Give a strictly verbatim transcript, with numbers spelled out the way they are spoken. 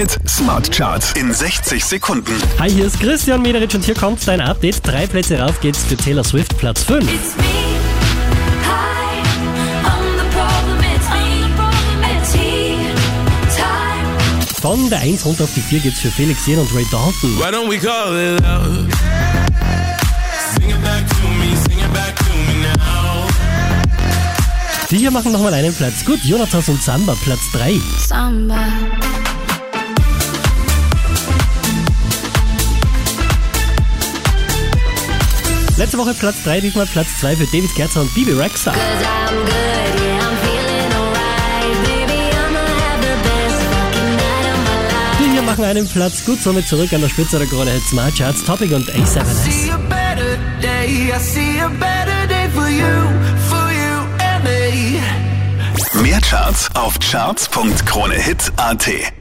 Hit Smart Charts in sechzig Sekunden. Hi, hier ist Christian Mederitsch und hier kommt dein Update. Drei Plätze rauf geht's für Taylor Swift, Platz fünf. Von der eins runter auf die vier geht's für Felix Jähn und Ray Dalton. Why don't we call it love? Sing it back to me, sing it back to me now. Die hier machen nochmal einen Platz gut. Jonathas und Samba, Platz drei. Samba. Letzte Woche Platz drei, diesmal Platz zwei für David Guetta und Bebe Rexha. Die hier machen einen Platz gut, somit zurück an der Spitze der Krone Hit Smart Charts. Topic und A seven S. Mehr Charts auf charts punkt kronehit punkt at.